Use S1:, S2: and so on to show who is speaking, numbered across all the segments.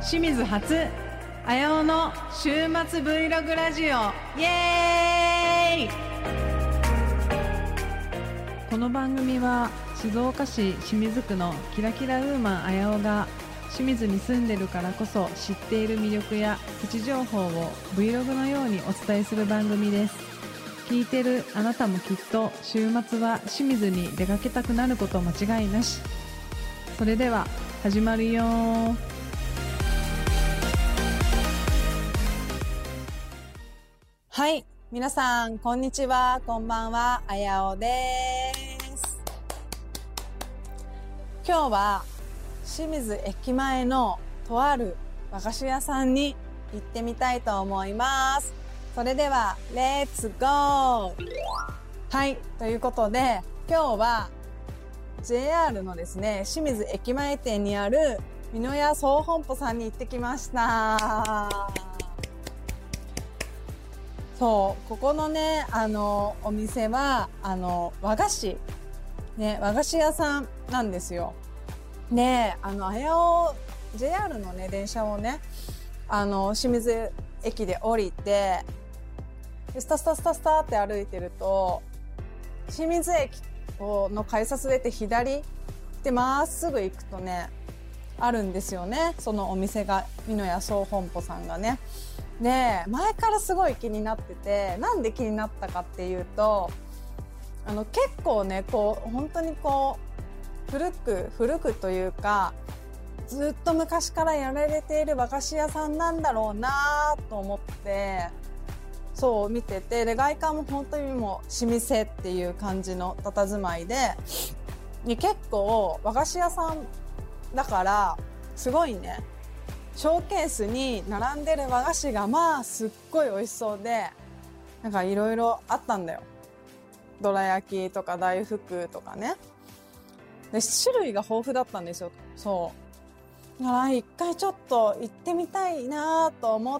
S1: 清水初あやおの週末 Vlog ラジオイエーイ。この番組は静岡市清水区のキラキラウーマンあやおが清水に住んでるからこそ知っている魅力やプチ情報を Vlog のようにお伝えする番組です。聞いてるあなたもきっと週末は清水に出かけたくなること間違いなし。それでは始まるよ。はい、皆さんこんにちは、こんばんは、あやおです。今日は清水駅前のとある和菓子屋さんに行ってみたいと思います。それではレッツゴー。はい、ということで今日は JR のですね、清水駅前店にある美濃屋総本舗さんに行ってきました。そう、ここのね、お店は、和菓子、ね、和菓子屋さんなんですよ。で、JR のね、電車をね、清水駅で降りて、でスタって歩いてると、清水駅の改札出て左でまっすぐ行くとね、あるんですよね。そのお店が、美濃屋総本舗さんがね。で、前からすごい気になってて、なんで気になったかっていうと、結構ね、本当に古くというか、ずっと昔からやられている和菓子屋さんなんだろうなと思って、そう見てて、で、外観も本当にもう、老舗っていう感じの佇まいで、結構和菓子屋さんだから、すごいね、ショーケースに並んでる和菓子がまあすっごい美味しそうで、なんかいろいろあったんだよ。どら焼きとか大福とかね。で、種類が豊富だったんですよ。そう。だから一回ちょっと行ってみたいなと思って、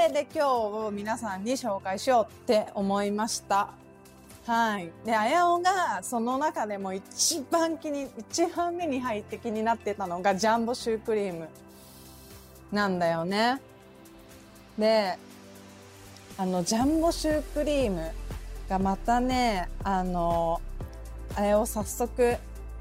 S1: で、今日皆さんに紹介しようって思いました。はい。で、あやおがその中でも一番目に入って気になってたのがジャンボシュークリームなんだよね。で、ジャンボシュークリームがまたね、あれを早速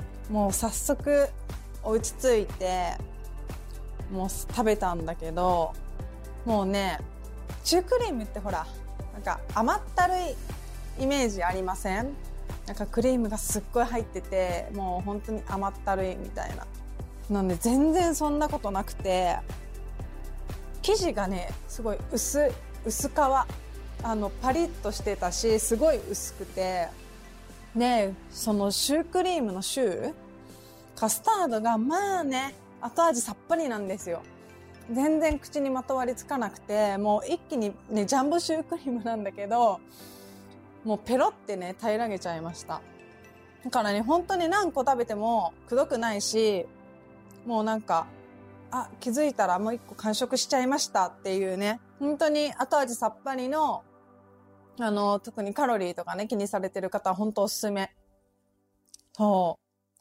S1: お家着いて、もう食べたんだけど、もうね、シュークリームってほら、なんか甘ったるいイメージありません？なんかクリームがすっごい入ってて、もう本当に甘ったるいみたいな。なんで全然そんなことなくて、生地がね、すごい薄皮。パリッとしてたし、すごい薄くて。で、そのシュークリームのカスタードがまあね、後味さっぱりなんですよ。全然口にまとわりつかなくて、もう一気にね、ジャンボシュークリームなんだけど、もうペロってね、平らげちゃいました。だからね、本当に何個食べてもくどくないし、もうなんか、気づいたらもう一個完食しちゃいましたっていうね。本当に後味さっぱりの、特にカロリーとかね、気にされてる方は本当おすすめ。そう。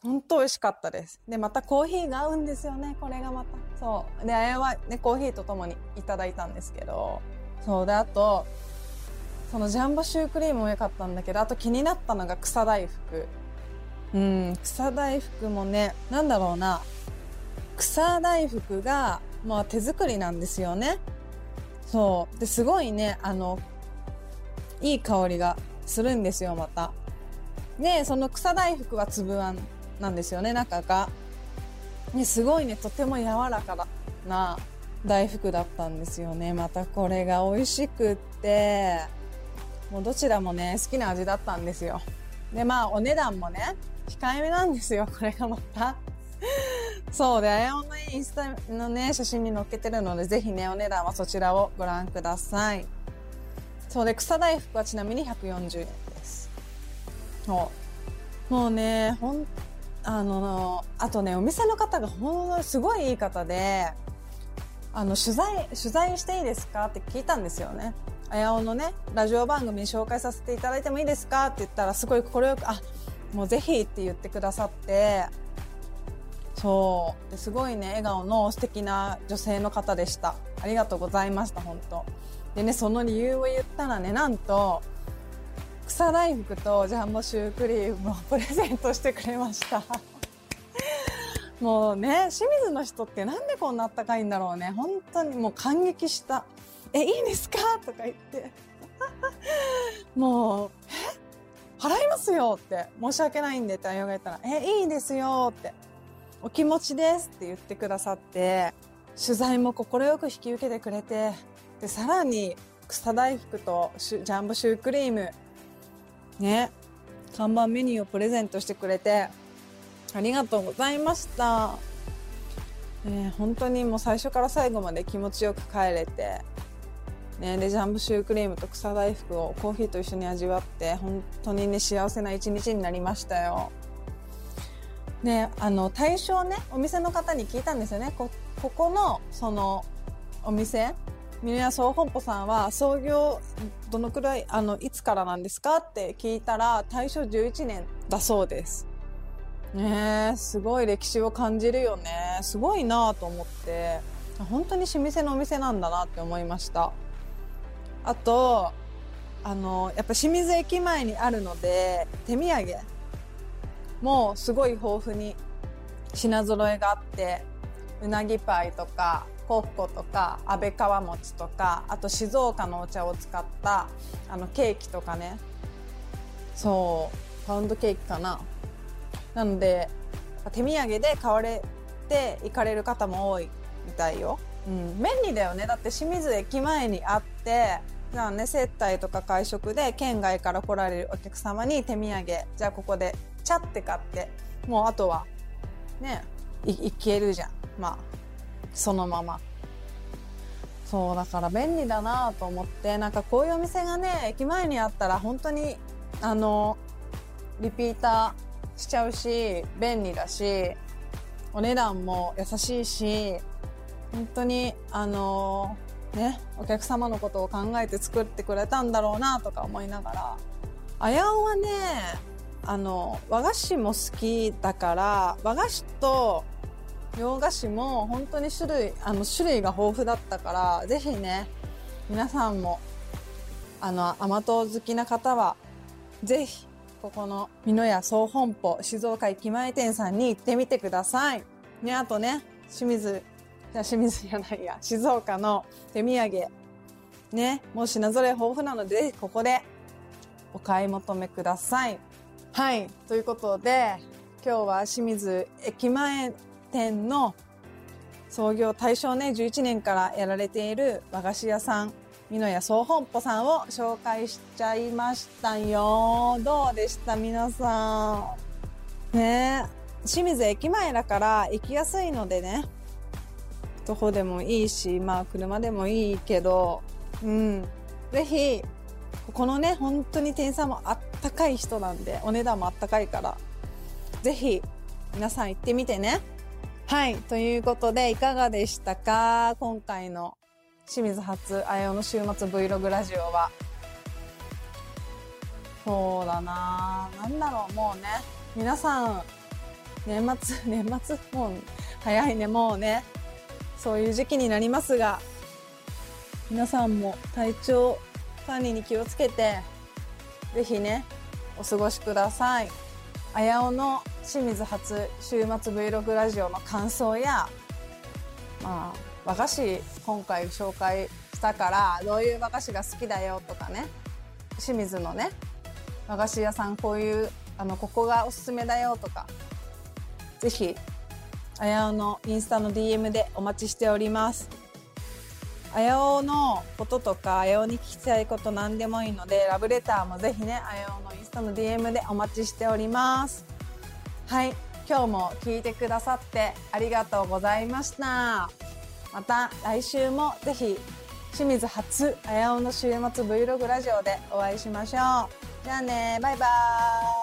S1: 本当美味しかったです。で、またコーヒーが合うんですよね、これがまた。そう。で、あやはね、コーヒーとともにいただいたんですけど。そうで、あと、そのジャンボシュークリームも良かったんだけど、あと気になったのが草大福。草大福もね、なんだろうな。草大福が、まあ手作りなんですよね。そう。で、すごいね、いい香りがするんですよ、また。で、その草大福は粒あんなんですよね、中が。ね、すごいね、とても柔らかな大福だったんですよね。またこれが美味しくって、もうどちらもね、好きな味だったんですよ。で、まあお値段もね、控えめなんですよ、これがまた。そうで、あやおのインスタのね、写真に載っけてるので、ぜひね、お値段はそちらをご覧ください。そうで、草大福はちなみに140円です。そう。もうね、あとね、お店の方がすごいいい方で、取材していいですかって聞いたんですよね。あやおのね、ラジオ番組に紹介させていただいてもいいですかって言ったら、すごい快く、もうぜひって言ってくださって、 そうですごいね笑顔の素敵な女性の方でした。ありがとうございました。本当でね、その理由を言ったらね、なんと草大福とジャンボシュークリームをプレゼントしてくれましたもうね、清水の人ってなんでこんなあったかいんだろうね。本当にもう感激した。いいんですかとか言ってもう払いますよって、申し訳ないんでってあやが言ったら、いいですよって、お気持ちですって言ってくださって、取材も快く引き受けてくれて、でさらに草大福とジャンボシュークリームね、看板メニューをプレゼントしてくれてありがとうございました。本当にもう最初から最後まで気持ちよく帰れて、ね、でジャンボシュークリームと草大福をコーヒーと一緒に味わって、本当にね幸せな一日になりましたよ。で対象ね、お店の方に聞いたんですよね。ここのそのお店、美濃屋総本舗さんは創業どのくらいいつからなんですかって聞いたら、大正11年だそうですね。すごい歴史を感じるよね。すごいなと思って、本当に老舗のお店なんだなって思いました。あとやっぱ清水駅前にあるので、手土産もすごい豊富に品揃えがあって、うなぎパイとかコッコとか安倍川餅とか、あと静岡のお茶を使ったケーキとかね、そうパウンドケーキかな。なので手土産で買われて行かれる方も多いみたいよ。便利だよね。だって清水駅前にあって、じゃあね、接待とか会食で県外から来られるお客様に手土産、じゃあここでチャって買って、もうあとはねいけるじゃん。そのまま。そうだから便利だなと思って、なんかこういうお店がね駅前にあったら本当にリピーターしちゃうし、便利だし、お値段も優しいし、本当にね、お客様のことを考えて作ってくれたんだろうなとか思いながら、あやおはね和菓子も好きだから、和菓子と洋菓子も本当に種類が豊富だったから、ぜひね皆さんも甘党好きな方はぜひここの美濃屋総本舗静岡駅前店さんに行ってみてくださいね。あとね、静岡の手土産ね、もう品揃え豊富なので、ぜひここでお買い求めください。はい、ということで今日は清水駅前店の創業大正ね11年からやられている和菓子屋さん、美濃屋総本舗さんを紹介しちゃいましたよ。どうでした皆さんね。清水駅前だから行きやすいのでね、徒歩でもいいし、車でもいいけど、ぜひここのね本当に店員さんもあったかい人なんで、お値段もあったかいから、ぜひ皆さん行ってみてね。はい、ということでいかがでしたか、今回の清水発あやおの週末 Vlog ラジオは。そうだな、なんだろう、もうね皆さん年末もう早いね、もうねそういう時期になりますが、皆さんも体調管理に気をつけてぜひねお過ごしください。あやおの清水発週末 Vlog ラジオの感想や、和菓子今回紹介したからどういう和菓子が好きだよとかね、清水のね和菓子屋さんこういうここがおすすめだよとか、ぜひあやおのインスタの DM でお待ちしております。あやおのこととか、あやおに聞きたいこと何でもいいので、ラブレターもぜひねあやおのインスタの DM でお待ちしております。はい、今日も聞いてくださってありがとうございました。また来週もぜひ清水発あやおの週末 Vlog ラジオでお会いしましょう。じゃあね、バイバーイ。